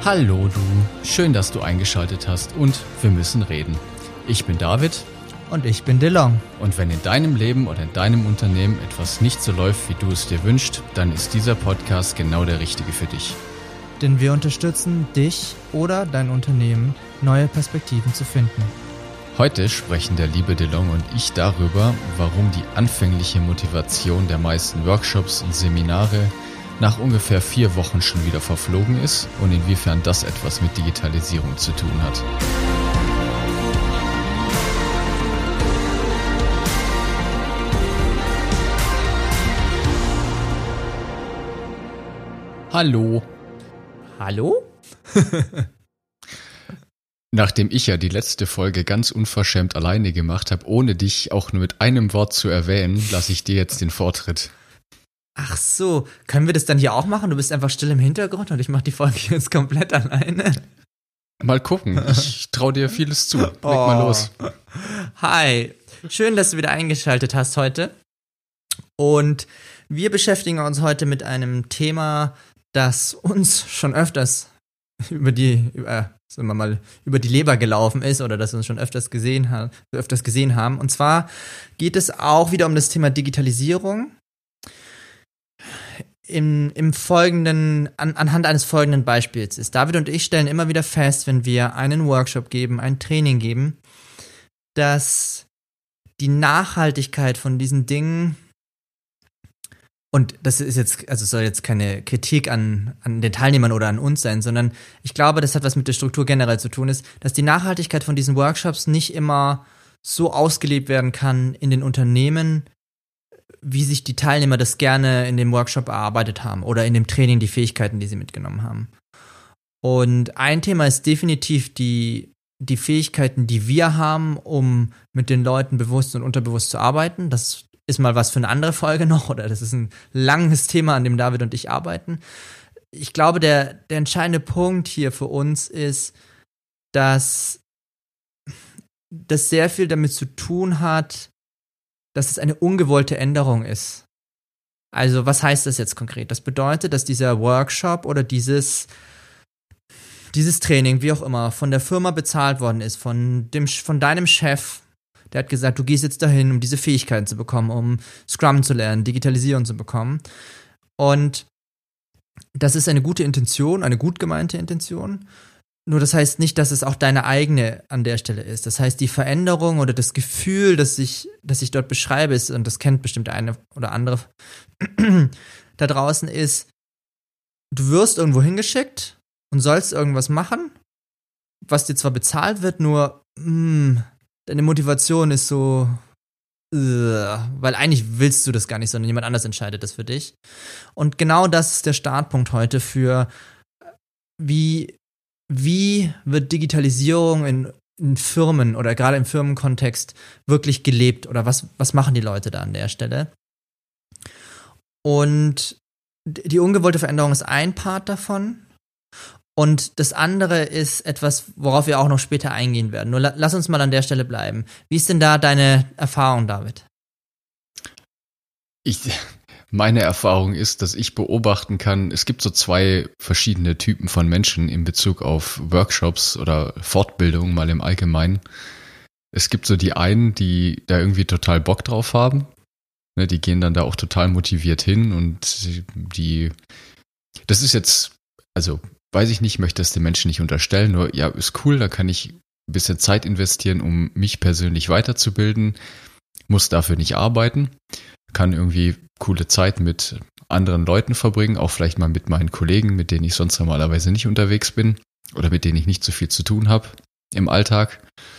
Hallo du, schön, dass du eingeschaltet hast und wir müssen reden. Ich bin David. Und ich bin DeLong. Und wenn in deinem Leben oder in deinem Unternehmen etwas nicht so läuft, wie du es dir wünschst, dann ist dieser Podcast genau der richtige für dich. Denn wir unterstützen dich oder dein Unternehmen, neue Perspektiven zu finden. Heute sprechen der liebe DeLong und ich darüber, warum die anfängliche Motivation der meisten Workshops und Seminare nach ungefähr 4 Wochen schon wieder verflogen ist und inwiefern das etwas mit Digitalisierung zu tun hat. Hallo. Hallo? Nachdem ich ja die letzte Folge ganz unverschämt alleine gemacht habe, ohne dich auch nur mit einem Wort zu erwähnen, lasse ich dir jetzt den Vortritt. Ach so, können wir das dann hier auch machen? Du bist einfach still im Hintergrund und ich mache die Folge jetzt komplett alleine. Mal gucken, ich traue dir vieles zu. Leg mal los. Hi, schön, dass du wieder eingeschaltet hast heute. Und wir beschäftigen uns heute mit einem Thema, das uns schon öfters über die Leber gelaufen ist oder das wir uns schon öfters gesehen haben. Und zwar geht es auch wieder um das Thema Digitalisierung. Im Folgenden, anhand eines folgenden Beispiels ist. David und ich stellen immer wieder fest, wenn wir einen Workshop geben, ein Training geben, dass die Nachhaltigkeit von diesen Dingen, und das ist jetzt, also soll jetzt keine Kritik an den Teilnehmern oder an uns sein, sondern ich glaube, das hat was mit der Struktur generell zu tun, ist, dass die Nachhaltigkeit von diesen Workshops nicht immer so ausgelebt werden kann in den Unternehmen, wie sich die Teilnehmer das gerne in dem Workshop erarbeitet haben oder in dem Training die Fähigkeiten, die sie mitgenommen haben. Und ein Thema ist definitiv die Fähigkeiten, die wir haben, um mit den Leuten bewusst und unterbewusst zu arbeiten. Das ist mal was für eine andere Folge noch, oder das ist ein langes Thema, an dem David und ich arbeiten. Ich glaube, der entscheidende Punkt hier für uns ist, dass das sehr viel damit zu tun hat, dass es eine ungewollte Änderung ist. Also, was heißt das jetzt konkret? Das bedeutet, dass dieser Workshop oder dieses Training, wie auch immer, von der Firma bezahlt worden ist, von deinem Chef. Der hat gesagt, du gehst jetzt dahin, um diese Fähigkeiten zu bekommen, um Scrum zu lernen, Digitalisierung zu bekommen. Und das ist eine gute Intention, eine gut gemeinte Intention. Nur das heißt nicht, dass es auch deine eigene an der Stelle ist. Das heißt, die Veränderung oder das Gefühl, das ich dort beschreibe, ist, und das kennt bestimmt eine oder andere da draußen, ist, du wirst irgendwo hingeschickt und sollst irgendwas machen, was dir zwar bezahlt wird, nur deine Motivation ist so, weil eigentlich willst du das gar nicht, sondern jemand anders entscheidet das für dich. Und genau das ist der Startpunkt heute für wie wird Digitalisierung in Firmen oder gerade im Firmenkontext wirklich gelebt oder was machen die Leute da an der Stelle? Und die ungewollte Veränderung ist ein Part davon und das andere ist etwas, worauf wir auch noch später eingehen werden. Nur lass uns mal an der Stelle bleiben. Wie ist denn da deine Erfahrung, David? Meine Erfahrung ist, dass ich beobachten kann, es gibt so 2 verschiedene Typen von Menschen in Bezug auf Workshops oder Fortbildung mal im Allgemeinen. Es gibt so die einen, die da irgendwie total Bock drauf haben. Ne, die gehen dann da auch total motiviert hin und das ist jetzt, also weiß ich nicht, möchte das den Menschen nicht unterstellen, nur ja, ist cool, da kann ich ein bisschen Zeit investieren, um mich persönlich weiterzubilden, muss dafür nicht arbeiten. Kann irgendwie coole Zeit mit anderen Leuten verbringen, auch vielleicht mal mit meinen Kollegen, mit denen ich sonst normalerweise nicht unterwegs bin oder mit denen ich nicht so viel zu tun habe im Alltag.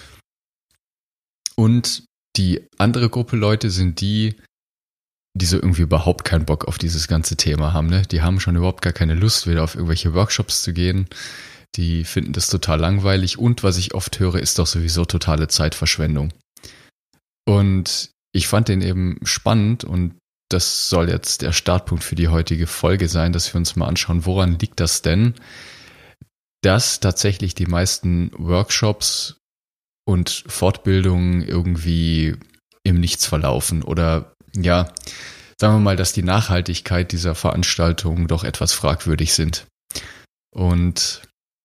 Und die andere Gruppe Leute sind die so irgendwie überhaupt keinen Bock auf dieses ganze Thema haben. Ne? Die haben schon überhaupt gar keine Lust, wieder auf irgendwelche Workshops zu gehen. Die finden das total langweilig und was ich oft höre, ist doch sowieso totale Zeitverschwendung. Und ich fand den eben spannend und das soll jetzt der Startpunkt für die heutige Folge sein, dass wir uns mal anschauen, woran liegt das denn, dass tatsächlich die meisten Workshops und Fortbildungen irgendwie im Nichts verlaufen oder ja, sagen wir mal, dass die Nachhaltigkeit dieser Veranstaltungen doch etwas fragwürdig sind. Und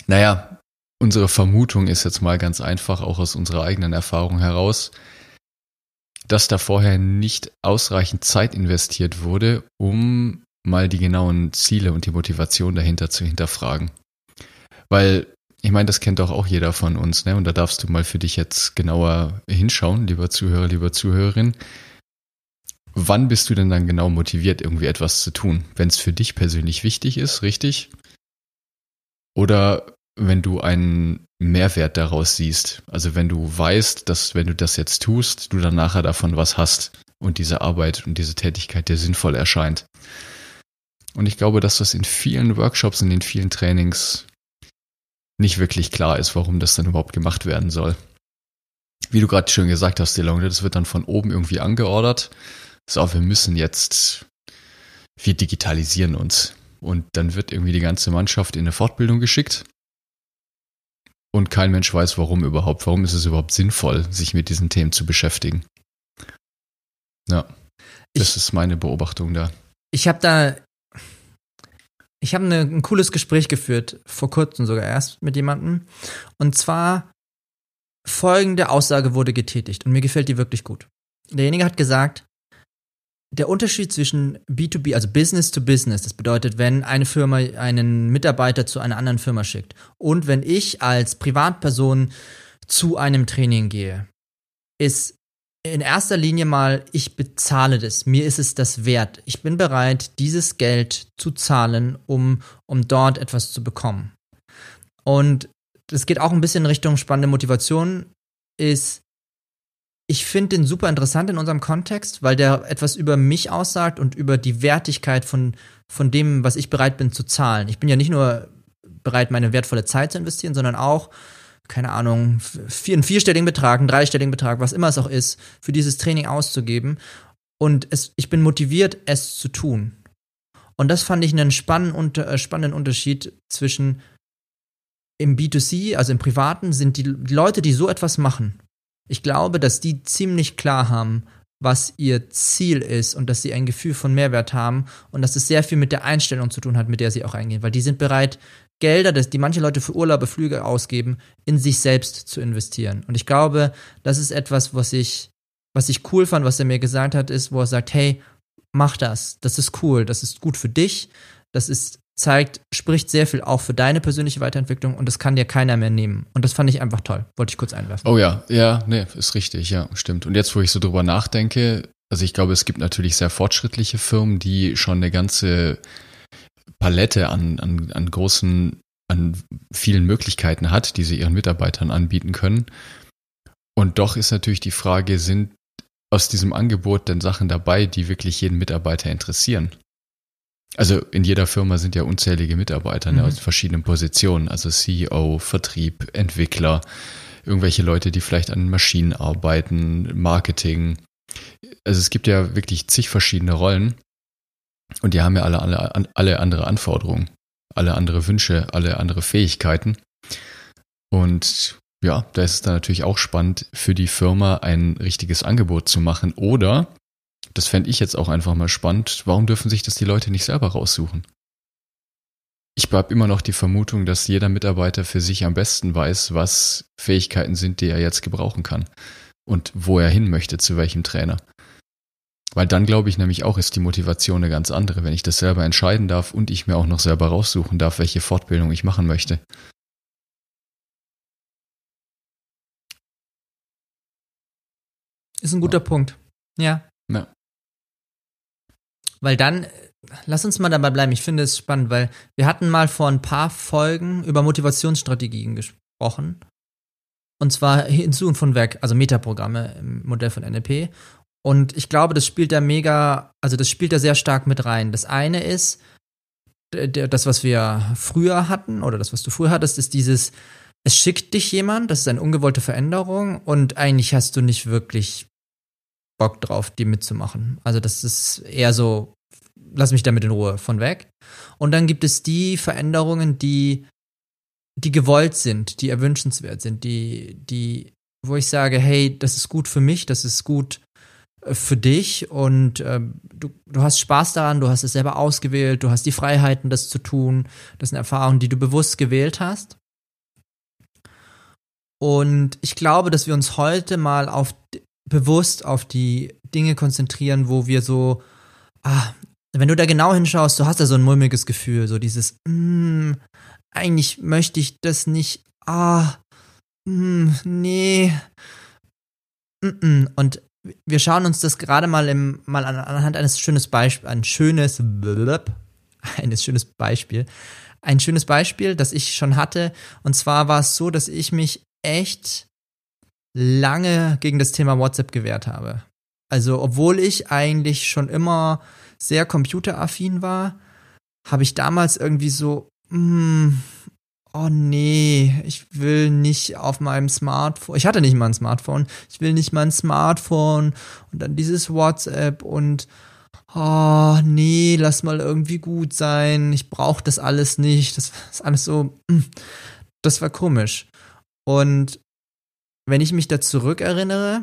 Naja, unsere Vermutung ist jetzt mal ganz einfach, auch aus unserer eigenen Erfahrung heraus, dass da vorher nicht ausreichend Zeit investiert wurde, um mal die genauen Ziele und die Motivation dahinter zu hinterfragen. Weil, ich meine, das kennt doch auch jeder von uns, ne? Und da darfst du mal für dich jetzt genauer hinschauen, lieber Zuhörer, lieber Zuhörerin. Wann bist du denn dann genau motiviert, irgendwie etwas zu tun? Wenn es für dich persönlich wichtig ist, richtig? Oder wenn du einen Mehrwert daraus siehst? Also wenn du weißt, dass wenn du das jetzt tust, du dann nachher davon was hast und diese Arbeit und diese Tätigkeit dir sinnvoll erscheint. Und ich glaube, dass das in vielen Workshops und in vielen Trainings nicht wirklich klar ist, warum das dann überhaupt gemacht werden soll. Wie du gerade schon gesagt hast, DeLong, das wird dann von oben irgendwie angeordert. So, wir digitalisieren uns. Und dann wird irgendwie die ganze Mannschaft in eine Fortbildung geschickt. Und kein Mensch weiß, warum überhaupt. Warum ist es überhaupt sinnvoll, sich mit diesen Themen zu beschäftigen? Ja, das ist meine Beobachtung da. Ich habe ein cooles Gespräch geführt, vor kurzem sogar erst mit jemandem. Und zwar folgende Aussage wurde getätigt und mir gefällt die wirklich gut. Derjenige hat gesagt, der Unterschied zwischen B2B, also Business to Business, das bedeutet, wenn eine Firma einen Mitarbeiter zu einer anderen Firma schickt und wenn ich als Privatperson zu einem Training gehe, ist in erster Linie mal, ich bezahle das. Mir ist es das wert. Ich bin bereit, dieses Geld zu zahlen, um dort etwas zu bekommen. Und das geht auch ein bisschen in Richtung spannende Motivation, ich finde den super interessant in unserem Kontext, weil der etwas über mich aussagt und über die Wertigkeit von dem, was ich bereit bin zu zahlen. Ich bin ja nicht nur bereit, meine wertvolle Zeit zu investieren, sondern auch, keine Ahnung, einen vierstelligen Betrag, einen dreistelligen Betrag, was immer es auch ist, für dieses Training auszugeben. Und ich bin motiviert, es zu tun. Und das fand ich einen spannenden Unterschied zwischen im B2C, also im Privaten, sind die Leute, die so etwas machen. Ich glaube, dass die ziemlich klar haben, was ihr Ziel ist und dass sie ein Gefühl von Mehrwert haben und dass es sehr viel mit der Einstellung zu tun hat, mit der sie auch eingehen. Weil die sind bereit, Gelder, die manche Leute für Urlaube, Flüge ausgeben, in sich selbst zu investieren. Und ich glaube, das ist etwas, was ich cool fand, was er mir gesagt hat, ist, wo er sagt, hey, mach das. Das ist cool. Das ist gut für dich. Spricht sehr viel auch für deine persönliche Weiterentwicklung und das kann dir keiner mehr nehmen. Und das fand ich einfach toll. Wollte ich kurz einwerfen. Oh ja, nee, ist richtig, ja, stimmt. Und jetzt, wo ich so drüber nachdenke, also ich glaube, es gibt natürlich sehr fortschrittliche Firmen, die schon eine ganze Palette an vielen Möglichkeiten hat, die sie ihren Mitarbeitern anbieten können. Und doch ist natürlich die Frage, sind aus diesem Angebot denn Sachen dabei, die wirklich jeden Mitarbeiter interessieren? Also in jeder Firma sind ja unzählige Mitarbeiter aus verschiedenen Positionen, also CEO, Vertrieb, Entwickler, irgendwelche Leute, die vielleicht an Maschinen arbeiten, Marketing. Also es gibt ja wirklich zig verschiedene Rollen und die haben ja alle andere Anforderungen, alle andere Wünsche, alle andere Fähigkeiten. Und ja, da ist es dann natürlich auch spannend für die Firma ein richtiges Angebot zu machen oder das fände ich jetzt auch einfach mal spannend. Warum dürfen sich das die Leute nicht selber raussuchen? Ich habe immer noch die Vermutung, dass jeder Mitarbeiter für sich am besten weiß, was Fähigkeiten sind, die er jetzt gebrauchen kann und wo er hin möchte, zu welchem Trainer. Weil dann glaube ich nämlich auch, ist die Motivation eine ganz andere, wenn ich das selber entscheiden darf und ich mir auch noch selber raussuchen darf, welche Fortbildung ich machen möchte. Ist ein guter Punkt. Ja. Weil dann, lass uns mal dabei bleiben, ich finde es spannend, weil wir hatten mal vor ein paar Folgen über Motivationsstrategien gesprochen. Und zwar hinzu und von weg, also Metaprogramme im Modell von NLP. Und ich glaube, das spielt da sehr stark mit rein. Das eine ist, das, was wir früher hatten, oder das, was du früher hattest, ist dieses, es schickt dich jemand, das ist eine ungewollte Veränderung und eigentlich hast du nicht wirklich Bock drauf, die mitzumachen. Also das ist eher so, lass mich damit in Ruhe, von weg. Und dann gibt es die Veränderungen, die gewollt sind, die erwünschenswert sind, wo ich sage, hey, das ist gut für mich, das ist gut für dich und du hast Spaß daran, du hast es selber ausgewählt, du hast die Freiheiten, das zu tun, das sind Erfahrungen, die du bewusst gewählt hast. Und ich glaube, dass wir uns heute mal bewusst auf die Dinge konzentrieren, wo wir so, wenn du da genau hinschaust, du hast da so ein mulmiges Gefühl, so dieses, eigentlich möchte ich das nicht, nee. Und wir schauen uns das gerade mal anhand eines schönes Beispiel, ein schönes Beispiel, das ich schon hatte. Und zwar war es so, dass ich mich echt lange gegen das Thema WhatsApp gewehrt habe. Also, obwohl ich eigentlich schon immer sehr computeraffin war, habe ich damals irgendwie so, oh nee, ich will nicht auf meinem Smartphone, ich hatte nicht mal ein Smartphone, ich will nicht mal ein Smartphone und dann dieses WhatsApp und oh nee, lass mal irgendwie gut sein, ich brauche das alles nicht, das ist alles so, das war komisch. Und wenn ich mich da zurückerinnere,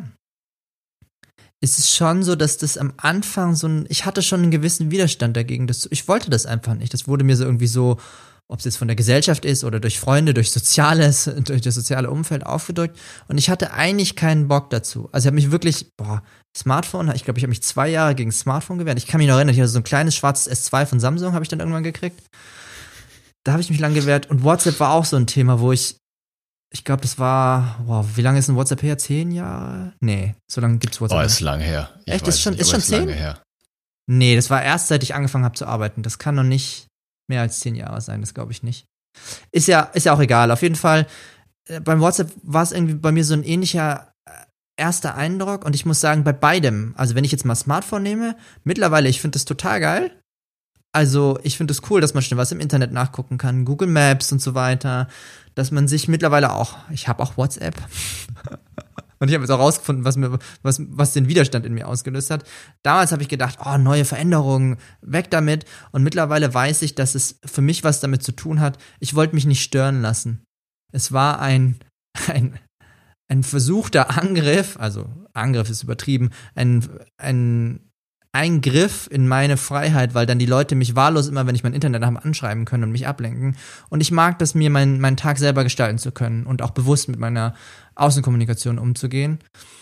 ist es schon so, dass das am Anfang ich hatte schon einen gewissen Widerstand dagegen, ich wollte das einfach nicht, das wurde mir so irgendwie so, ob es jetzt von der Gesellschaft ist oder durch Freunde, durch das soziale Umfeld aufgedrückt. Und ich hatte eigentlich keinen Bock dazu. Also ich habe mich wirklich, Smartphone, ich glaube, ich habe mich 2 Jahre gegen Smartphone gewehrt. Ich kann mich noch erinnern, ich hatte so ein kleines schwarzes S2 von Samsung, habe ich dann irgendwann gekriegt. Da habe ich mich lang gewehrt. Und WhatsApp war auch so ein Thema, wo ich glaube, das war, wie lange ist ein WhatsApp her? 10 Jahre? Nee, so lange gibt's WhatsApp. Ist lang her. Echt? Ist schon 10? Her. Nee, das war erst, seit ich angefangen habe zu arbeiten. Das kann noch nicht mehr als 10 Jahre sein, das glaube ich nicht. Ist ja auch egal. Auf jeden Fall, beim WhatsApp war es irgendwie bei mir so ein ähnlicher erster Eindruck und ich muss sagen, bei beidem, also wenn ich jetzt mal Smartphone nehme, mittlerweile, ich finde das total geil. Also ich finde es cool, dass man schnell was im Internet nachgucken kann, Google Maps und so weiter, dass man sich mittlerweile auch, ich habe auch WhatsApp und ich habe jetzt auch rausgefunden, was den Widerstand in mir ausgelöst hat. Damals habe ich gedacht, neue Veränderungen, weg damit. Und mittlerweile weiß ich, dass es für mich was damit zu tun hat. Ich wollte mich nicht stören lassen. Es war ein versuchter Angriff, also Angriff ist übertrieben, ein Eingriff in meine Freiheit, weil dann die Leute mich wahllos immer, wenn ich mein Internet habe, anschreiben können und mich ablenken. Und ich mag das, mir meinen Tag selber gestalten zu können und auch bewusst mit meiner Außenkommunikation umzugehen.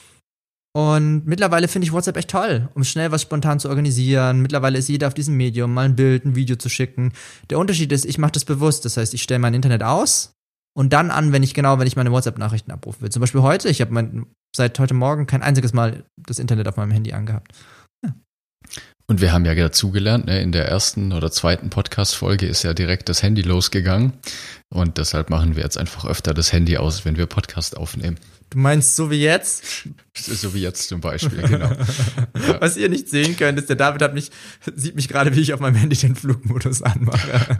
Und mittlerweile finde ich WhatsApp echt toll, um schnell was spontan zu organisieren. Mittlerweile ist jeder auf diesem Medium, mal ein Bild, ein Video zu schicken. Der Unterschied ist, ich mache das bewusst. Das heißt, ich stelle mein Internet aus und dann an, wenn ich meine WhatsApp-Nachrichten abrufen will. Zum Beispiel heute, ich habe seit heute Morgen kein einziges Mal das Internet auf meinem Handy angehabt. Ja. Und wir haben ja dazugelernt, ne, in der ersten oder zweiten Podcast-Folge ist ja direkt das Handy losgegangen. Und deshalb machen wir jetzt einfach öfter das Handy aus, wenn wir Podcast aufnehmen. Du meinst so wie jetzt? So wie jetzt zum Beispiel, genau. Ja. Was ihr nicht sehen könnt, ist, der David sieht mich gerade, wie ich auf meinem Handy den Flugmodus anmache.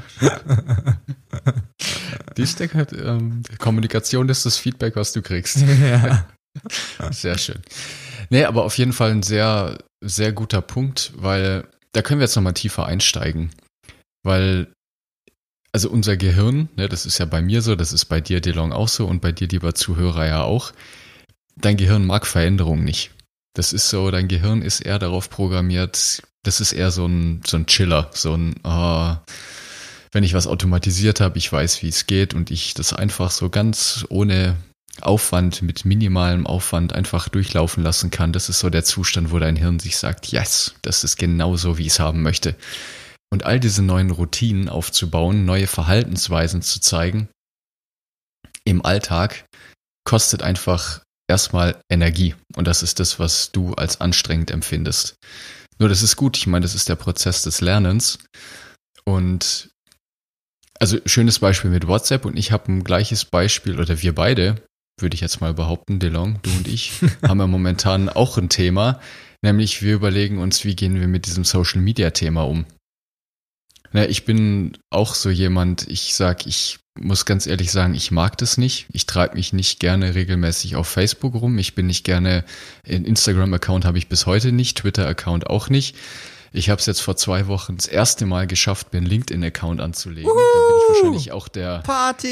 Kommunikation ist das Feedback, was du kriegst. Ja. Sehr schön. Nee, aber auf jeden Fall ein sehr, sehr guter Punkt, weil da können wir jetzt nochmal tiefer einsteigen. Weil, also unser Gehirn, ne, das ist ja bei mir so, das ist bei dir, DeLong, auch so und bei dir, lieber Zuhörer, ja auch. Dein Gehirn mag Veränderung nicht. Das ist so, dein Gehirn ist eher darauf programmiert, das ist eher so ein Chiller, wenn ich was automatisiert habe, ich weiß, wie es geht und ich das einfach so ganz ohne Aufwand, mit minimalem Aufwand einfach durchlaufen lassen kann. Das ist so der Zustand, wo dein Hirn sich sagt, yes, das ist genau so, wie ich es haben möchte. Und all diese neuen Routinen aufzubauen, neue Verhaltensweisen zu zeigen im Alltag, kostet einfach erstmal Energie. Und das ist das, was du als anstrengend empfindest. Nur das ist gut, ich meine, das ist der Prozess des Lernens. Und also schönes Beispiel mit WhatsApp und ich habe ein gleiches Beispiel, oder wir beide, würde ich jetzt mal behaupten, DeLong, du und ich, haben ja momentan auch ein Thema, nämlich wir überlegen uns, wie gehen wir mit diesem Social-Media-Thema um. Na, ich bin auch so jemand, ich muss ganz ehrlich sagen, ich mag das nicht. Ich treibe mich nicht gerne regelmäßig auf Facebook rum. Ich bin nicht gerne, einen Instagram-Account habe ich bis heute nicht, Twitter-Account auch nicht. Ich habe es jetzt vor 2 Wochen das erste Mal geschafft, mir einen LinkedIn-Account anzulegen. Da bin ich wahrscheinlich auch der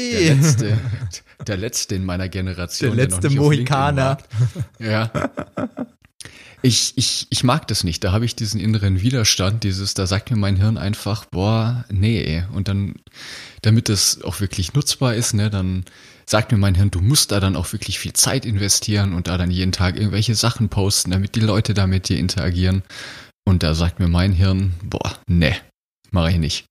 Letzte in meiner Generation. Der letzte Mohikaner. Ja. Ich mag das nicht. Da habe ich diesen inneren Widerstand, da sagt mir mein Hirn einfach, boah, nee. Und dann, damit das auch wirklich nutzbar ist, ne, dann sagt mir mein Hirn, du musst da dann auch wirklich viel Zeit investieren und da dann jeden Tag irgendwelche Sachen posten, damit die Leute da mit dir interagieren. Und da sagt mir mein Hirn, boah, ne, mache ich nicht.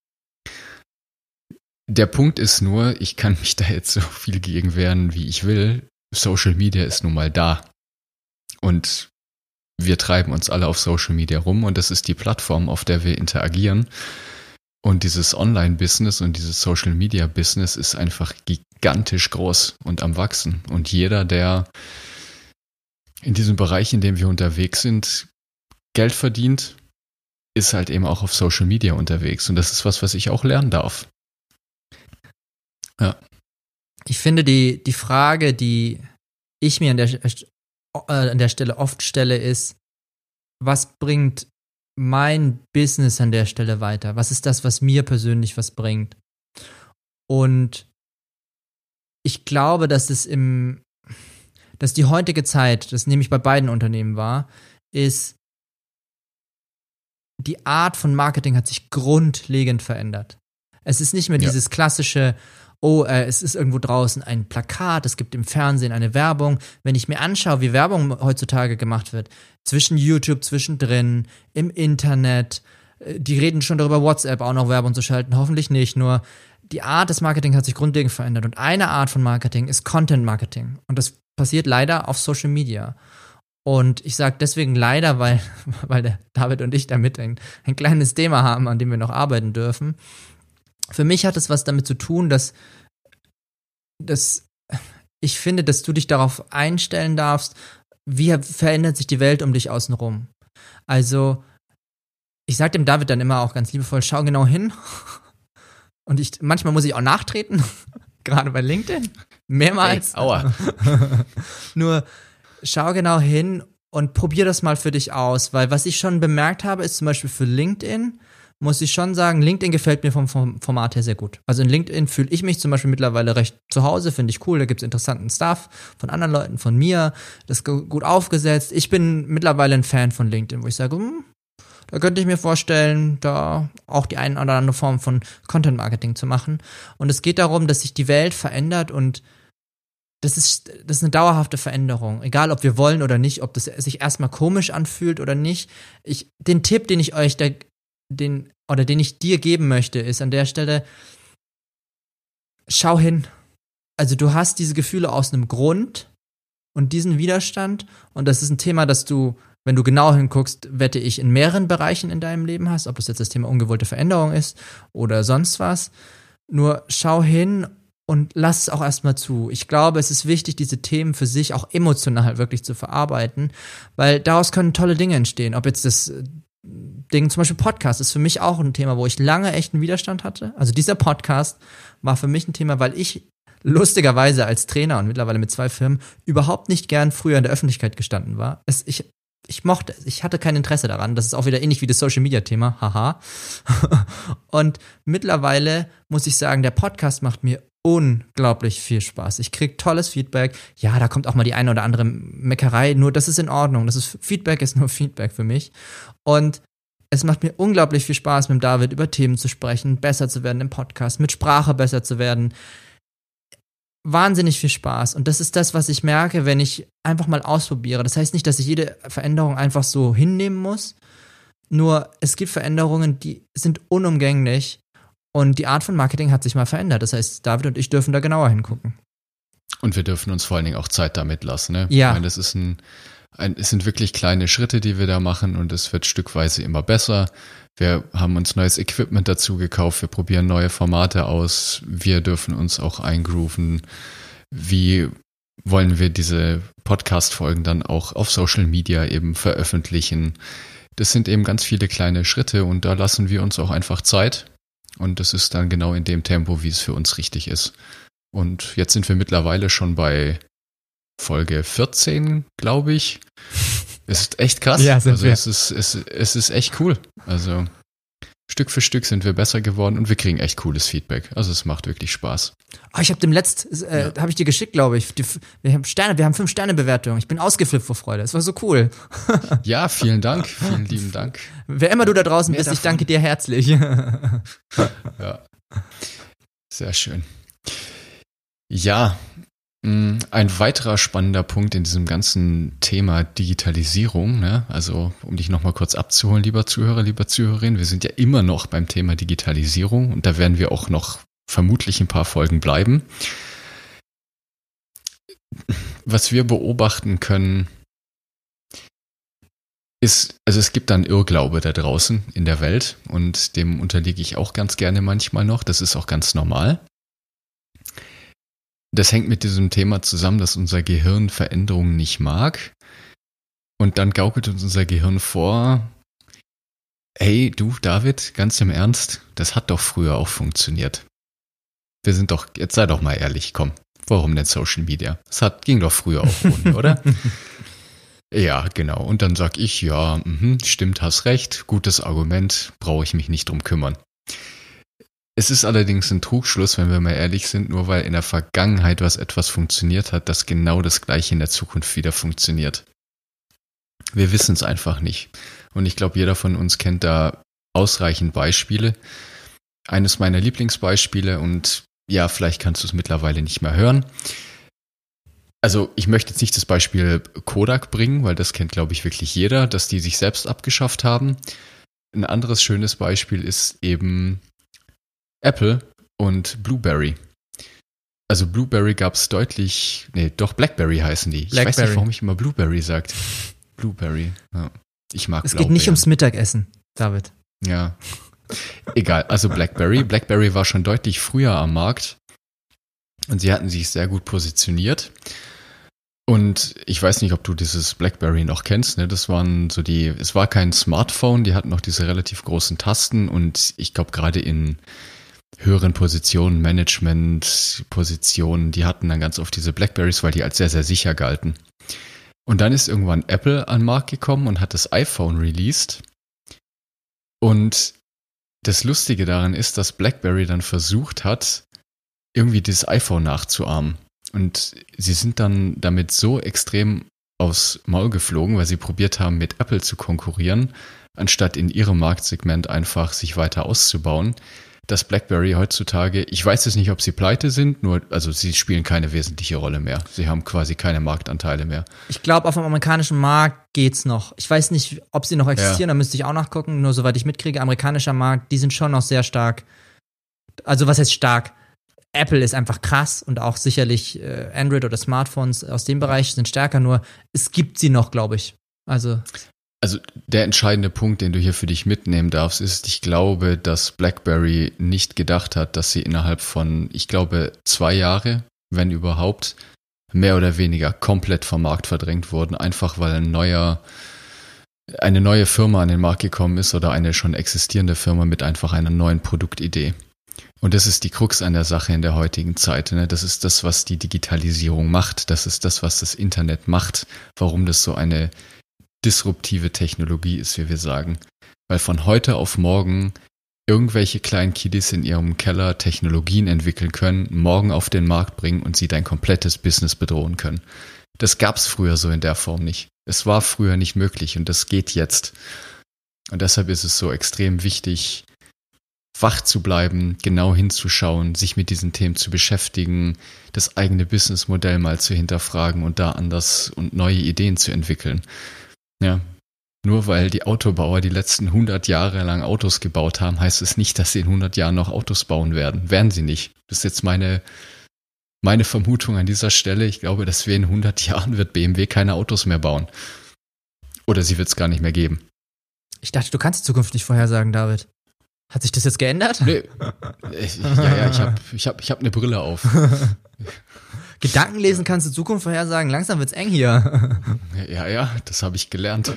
Der Punkt ist nur, ich kann mich da jetzt so viel gegen wehren, wie ich will. Social Media ist nun mal da. Und wir treiben uns alle auf Social Media rum und das ist die Plattform, auf der wir interagieren. Und dieses Online-Business und dieses Social-Media-Business ist einfach gigantisch groß und am Wachsen. Und jeder, der in diesem Bereich, in dem wir unterwegs sind, Geld verdient, ist halt eben auch auf Social Media unterwegs. Und das ist was ich auch lernen darf. Ja. Ich finde, die Frage, die ich mir an der Stelle oft stelle, ist, was bringt mein Business an der Stelle weiter? Was ist das, was mir persönlich was bringt? Und ich glaube, dass die heutige Zeit, das nehme ich bei beiden Unternehmen wahr, ist, die Art von Marketing hat sich grundlegend verändert. Es ist nicht mehr dieses klassische, es ist irgendwo draußen ein Plakat, es gibt im Fernsehen eine Werbung. Wenn ich mir anschaue, wie Werbung heutzutage gemacht wird, zwischen YouTube, zwischendrin, im Internet, die reden schon darüber, WhatsApp auch noch Werbung zu schalten, hoffentlich nicht, nur die Art des Marketings hat sich grundlegend verändert und eine Art von Marketing ist Content Marketing und das passiert leider auf Social Media. Und ich sage deswegen leider, weil der David und ich damit ein kleines Thema haben, an dem wir noch arbeiten dürfen. Für mich hat es was damit zu tun, dass ich finde, dass du dich darauf einstellen darfst, wie verändert sich die Welt um dich außenrum. Also, ich sage dem David dann immer auch ganz liebevoll, schau genau hin. Und manchmal muss ich auch nachtreten, gerade bei LinkedIn, mehrmals. Hey, aua. Nur schau genau hin und probier das mal für dich aus, weil was ich schon bemerkt habe, ist zum Beispiel für LinkedIn, muss ich schon sagen, LinkedIn gefällt mir vom Format her sehr gut. Also in LinkedIn fühle ich mich zum Beispiel mittlerweile recht zu Hause, finde ich cool, da gibt es interessanten Stuff von anderen Leuten, von mir, das ist gut aufgesetzt. Ich bin mittlerweile ein Fan von LinkedIn, wo ich sage, da könnte ich mir vorstellen, da auch die eine oder andere Form von Content-Marketing zu machen. Und es geht darum, dass sich die Welt verändert und das ist eine dauerhafte Veränderung. Egal, ob wir wollen oder nicht, ob das sich erstmal komisch anfühlt oder nicht. Den Tipp, den ich dir geben möchte, ist an der Stelle, schau hin. Also du hast diese Gefühle aus einem Grund und diesen Widerstand und das ist ein Thema, das du, wenn du genau hinguckst, wette ich, in mehreren Bereichen in deinem Leben hast, ob das jetzt das Thema ungewollte Veränderung ist oder sonst was. Nur schau hin und lass es auch erstmal zu. Ich glaube, es ist wichtig, diese Themen für sich auch emotional wirklich zu verarbeiten, weil daraus können tolle Dinge entstehen. Ob jetzt das Ding, zum Beispiel Podcast, ist für mich auch ein Thema, wo ich lange echt einen Widerstand hatte. Also dieser Podcast war für mich ein Thema, weil ich lustigerweise als Trainer und mittlerweile mit 2 Firmen überhaupt nicht gern früher in der Öffentlichkeit gestanden war. Ich mochte es, ich hatte kein Interesse daran. Das ist auch wieder ähnlich wie das Social-Media-Thema, haha. Und mittlerweile muss ich sagen, der Podcast macht mir unglaublich viel Spaß. Ich kriege tolles Feedback. Ja, da kommt auch mal die eine oder andere Meckerei, nur das ist in Ordnung. Feedback ist nur Feedback für mich. Und es macht mir unglaublich viel Spaß, mit David über Themen zu sprechen, besser zu werden im Podcast, mit Sprache besser zu werden. Wahnsinnig viel Spaß. Und das ist das, was ich merke, wenn ich einfach mal ausprobiere. Das heißt nicht, dass ich jede Veränderung einfach so hinnehmen muss. Nur es gibt Veränderungen, die sind unumgänglich. Und die Art von Marketing hat sich mal verändert. Das heißt, David und ich dürfen da genauer hingucken. Und wir dürfen uns vor allen Dingen auch Zeit damit lassen. Ne? Ja. Ich meine, das ist es sind wirklich kleine Schritte, die wir da machen und es wird stückweise immer besser. Wir haben uns neues Equipment dazu gekauft, wir probieren neue Formate aus, wir dürfen uns auch eingrooven. Wie wollen wir diese Podcast-Folgen dann auch auf Social Media eben veröffentlichen? Das sind eben ganz viele kleine Schritte und da lassen wir uns auch einfach Zeit. Und das ist dann genau in dem Tempo, wie es für uns richtig ist. Und jetzt sind wir mittlerweile schon bei Folge 14, glaube ich. Es ist echt krass. Ja, also es ist echt cool. Also Stück für Stück sind wir besser geworden und wir kriegen echt cooles Feedback. Also es macht wirklich Spaß. Oh, ich habe habe ich dir geschickt, glaube ich. Wir haben 5-Sterne-Bewertungen. Ich bin ausgeflippt vor Freude. Das war so cool. Ja, vielen Dank. Vielen lieben Dank. Wer immer du da draußen bist, ich danke dir herzlich. Ja. Sehr schön. Ja, Ein weiterer spannender Punkt in diesem ganzen Thema Digitalisierung, ne? Also um dich nochmal kurz abzuholen, lieber Zuhörer, lieber Zuhörerin, wir sind ja immer noch beim Thema Digitalisierung und da werden wir auch noch vermutlich ein paar Folgen bleiben. Was wir beobachten können, ist, also es gibt dann Irrglaube da draußen in der Welt und dem unterliege ich auch ganz gerne manchmal noch, das ist auch ganz normal. Das hängt mit diesem Thema zusammen, dass unser Gehirn Veränderungen nicht mag. Und dann gaukelt uns unser Gehirn vor, hey, du, David, ganz im Ernst, das hat doch früher auch funktioniert. Wir sind doch, jetzt sei doch mal ehrlich, komm, warum denn Social Media? Ging doch früher auch ohne, oder? Ja, genau. Und dann sag ich, ja, stimmt, hast recht, gutes Argument, brauche ich mich nicht drum kümmern. Es ist allerdings ein Trugschluss, wenn wir mal ehrlich sind, nur weil in der Vergangenheit etwas funktioniert hat, dass genau das Gleiche in der Zukunft wieder funktioniert. Wir wissen es einfach nicht. Und ich glaube, jeder von uns kennt da ausreichend Beispiele. Eines meiner Lieblingsbeispiele und ja, vielleicht kannst du es mittlerweile nicht mehr hören. Also ich möchte jetzt nicht das Beispiel Kodak bringen, weil das kennt, glaube ich, wirklich jeder, dass die sich selbst abgeschafft haben. Ein anderes schönes Beispiel ist eben Apple und Blueberry. Also Blueberry gab es Blackberry heißen die. Blackberry. Ich weiß nicht, warum ich immer Blueberry sagt. Blueberry, ja. Ich mag Es geht nicht ums Mittagessen, David. Ja, egal. Also Blackberry. Blackberry war schon deutlich früher am Markt und sie hatten sich sehr gut positioniert. Und ich weiß nicht, ob du dieses Blackberry noch kennst, ne? Das waren so es war kein Smartphone, die hatten noch diese relativ großen Tasten und ich glaube gerade in höheren Positionen, Management-Positionen, die hatten dann ganz oft diese Blackberries, weil die als sehr, sehr sicher galten. Und dann ist irgendwann Apple an den Markt gekommen und hat das iPhone released. Und das Lustige daran ist, dass BlackBerry dann versucht hat, irgendwie dieses iPhone nachzuahmen. Und sie sind dann damit so extrem aufs Maul geflogen, weil sie probiert haben, mit Apple zu konkurrieren, anstatt in ihrem Marktsegment einfach sich weiter auszubauen, dass BlackBerry heutzutage, ich weiß jetzt nicht, ob sie pleite sind, also sie spielen keine wesentliche Rolle mehr. Sie haben quasi keine Marktanteile mehr. Ich glaube, auf dem amerikanischen Markt geht's noch. Ich weiß nicht, ob sie noch existieren, da müsste ich auch nachgucken. Nur soweit ich mitkriege, amerikanischer Markt, die sind schon noch sehr stark. Also was heißt stark? Apple ist einfach krass und auch sicherlich Android oder Smartphones aus dem Bereich sind stärker, nur es gibt sie noch, glaube ich. Also der entscheidende Punkt, den du hier für dich mitnehmen darfst, ist, ich glaube, dass BlackBerry nicht gedacht hat, dass sie innerhalb von, ich glaube, 2 Jahre, wenn überhaupt, mehr oder weniger komplett vom Markt verdrängt wurden, einfach weil eine neue Firma an den Markt gekommen ist oder eine schon existierende Firma mit einfach einer neuen Produktidee. Und das ist die Krux an der Sache in der heutigen Zeit. Ne? Das ist das, was die Digitalisierung macht. Das ist das, was das Internet macht. Warum das so eine disruptive Technologie ist, wie wir sagen. Weil von heute auf morgen irgendwelche kleinen Kiddies in ihrem Keller Technologien entwickeln können, morgen auf den Markt bringen und sie dein komplettes Business bedrohen können. Das gab's früher so in der Form nicht. Es war früher nicht möglich und das geht jetzt. Und deshalb ist es so extrem wichtig, wach zu bleiben, genau hinzuschauen, sich mit diesen Themen zu beschäftigen, das eigene Businessmodell mal zu hinterfragen und da anders und neue Ideen zu entwickeln. Ja, nur weil die Autobauer die letzten 100 Jahre lang Autos gebaut haben, heißt es nicht, dass sie in 100 Jahren noch Autos bauen werden. Werden sie nicht. Das ist jetzt meine Vermutung an dieser Stelle. Ich glaube, dass wir in 100 Jahren wird BMW keine Autos mehr bauen. Oder sie wird es gar nicht mehr geben. Ich dachte, du kannst die Zukunft nicht vorhersagen, David. Hat sich das jetzt geändert? Nee. Ich hab eine Brille auf. Gedanken lesen kannst du Zukunft vorhersagen. Langsam wird's eng hier. Ja, das habe ich gelernt.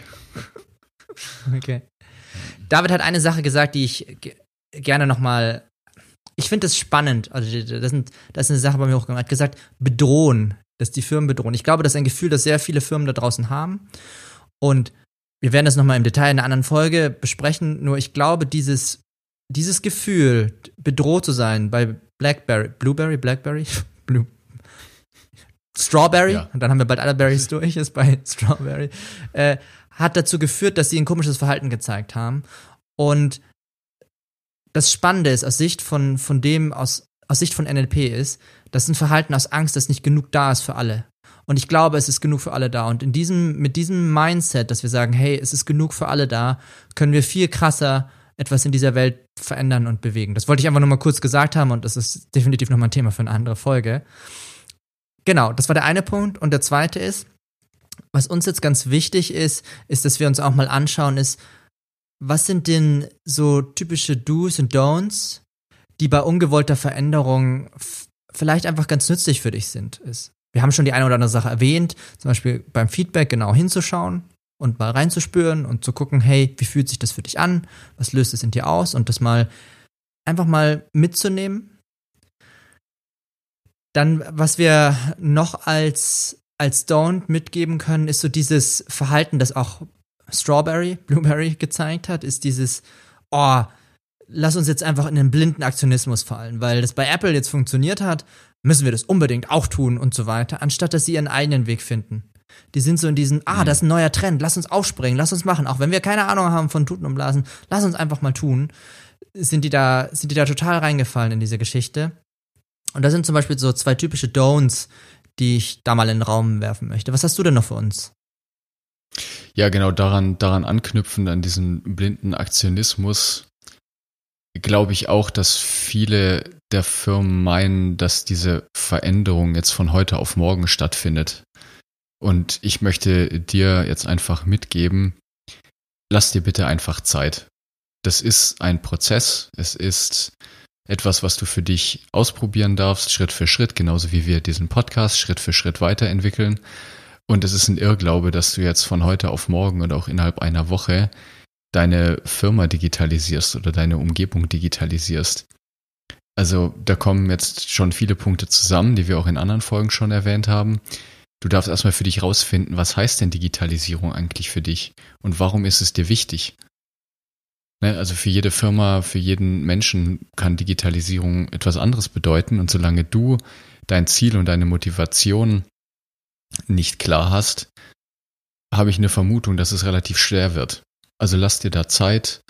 Okay. David hat eine Sache gesagt, die ich gerne nochmal. Ich finde das spannend. Also, das ist eine Sache bei mir hochgegangen. Er hat gesagt, bedrohen. Dass die Firmen bedrohen. Ich glaube, das ist ein Gefühl, das sehr viele Firmen da draußen haben. Und wir werden das nochmal im Detail in einer anderen Folge besprechen. Nur ich glaube, dieses Gefühl, bedroht zu sein bei Strawberry, ja. Und dann haben wir bald alle Berries durch, ist bei Strawberry, hat dazu geführt, dass sie ein komisches Verhalten gezeigt haben. Und das Spannende ist, aus Sicht von dem, aus aus Sicht von NLP ist, das ist ein Verhalten aus Angst, dass nicht genug da ist für alle. Und ich glaube, es ist genug für alle da. Und mit diesem Mindset, dass wir sagen, hey, es ist genug für alle da, können wir viel krasser etwas in dieser Welt verändern und bewegen. Das wollte ich einfach nur mal kurz gesagt haben und das ist definitiv nochmal ein Thema für eine andere Folge. Genau, das war der eine Punkt. Und der zweite ist, was uns jetzt ganz wichtig ist, dass wir uns auch mal anschauen, ist, was sind denn so typische Do's und Don'ts, die bei ungewollter Veränderung vielleicht einfach ganz nützlich für dich sind. Wir haben schon die eine oder andere Sache erwähnt, zum Beispiel beim Feedback genau hinzuschauen und mal reinzuspüren und zu gucken, hey, wie fühlt sich das für dich an? Was löst es in dir aus? Und das mal einfach mal mitzunehmen. Dann, was wir noch als Don't mitgeben können, ist so dieses Verhalten, das auch Blueberry gezeigt hat, ist dieses, lass uns jetzt einfach in den blinden Aktionismus fallen, weil das bei Apple jetzt funktioniert hat, müssen wir das unbedingt auch tun und so weiter, anstatt dass sie ihren eigenen Weg finden. Die sind so in diesem, das ist ein neuer Trend, lass uns aufspringen, lass uns machen, auch wenn wir keine Ahnung haben von Tuten und Blasen, lass uns einfach mal tun, sind die da total reingefallen in diese Geschichte. Und da sind zum Beispiel so 2 typische Don'ts, die ich da mal in den Raum werfen möchte. Was hast du denn noch für uns? Ja, genau, daran anknüpfend, an diesen blinden Aktionismus, glaube ich auch, dass viele der Firmen meinen, dass diese Veränderung jetzt von heute auf morgen stattfindet. Und ich möchte dir jetzt einfach mitgeben, lass dir bitte einfach Zeit. Das ist ein Prozess, es ist etwas, was du für dich ausprobieren darfst, Schritt für Schritt, genauso wie wir diesen Podcast Schritt für Schritt weiterentwickeln. Und es ist ein Irrglaube, dass du jetzt von heute auf morgen und auch innerhalb einer Woche deine Firma digitalisierst oder deine Umgebung digitalisierst. Also da kommen jetzt schon viele Punkte zusammen, die wir auch in anderen Folgen schon erwähnt haben. Du darfst erstmal für dich rausfinden, was heißt denn Digitalisierung eigentlich für dich und warum ist es dir wichtig? Also für jede Firma, für jeden Menschen kann Digitalisierung etwas anderes bedeuten und solange du dein Ziel und deine Motivation nicht klar hast, habe ich eine Vermutung, dass es relativ schwer wird. Also lass dir da Zeit,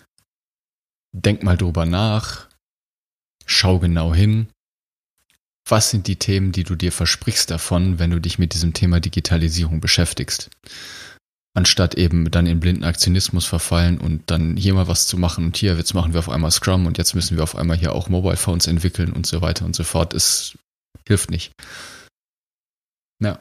denk mal drüber nach, schau genau hin. Was sind die Themen, die du dir versprichst davon, wenn du dich mit diesem Thema Digitalisierung beschäftigst? Anstatt eben dann in blinden Aktionismus verfallen und dann hier mal was zu machen und hier, jetzt machen wir auf einmal Scrum und jetzt müssen wir auf einmal hier auch Mobile Phones entwickeln und so weiter und so fort. Es hilft nicht. Ja.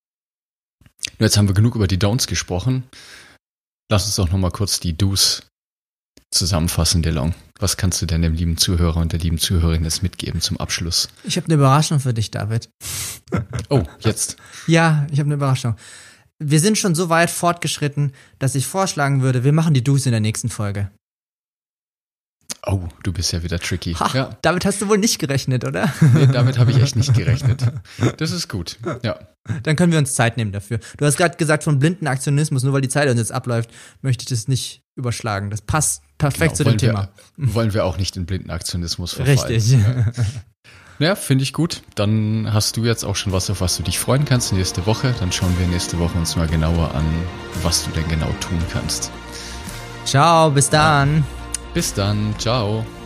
Nur jetzt haben wir genug über die Don'ts gesprochen. Lass uns doch nochmal kurz die Do's zusammenfassen, DeLong. Was kannst du denn dem lieben Zuhörer und der lieben Zuhörerin jetzt mitgeben zum Abschluss? Ich habe eine Überraschung für dich, David. Oh, jetzt? Ja, ich habe eine Überraschung. Wir sind schon so weit fortgeschritten, dass ich vorschlagen würde, wir machen die Do's in der nächsten Folge. Oh, du bist ja wieder tricky. Ja. Damit hast du wohl nicht gerechnet, oder? Nee, damit habe ich echt nicht gerechnet. Das ist gut, ja. Dann können wir uns Zeit nehmen dafür. Du hast gerade gesagt, von blinden Aktionismus, nur weil die Zeit uns jetzt abläuft, möchte ich das nicht überschlagen. Das passt perfekt zu dem Thema. Wollen wir auch nicht in blinden Aktionismus verfallen. Richtig. Ja, finde ich gut. Dann hast du jetzt auch schon was, auf was du dich freuen kannst nächste Woche. Dann schauen wir nächste Woche uns mal genauer an, was du denn genau tun kannst. Ciao, bis dann. Bis dann, ciao.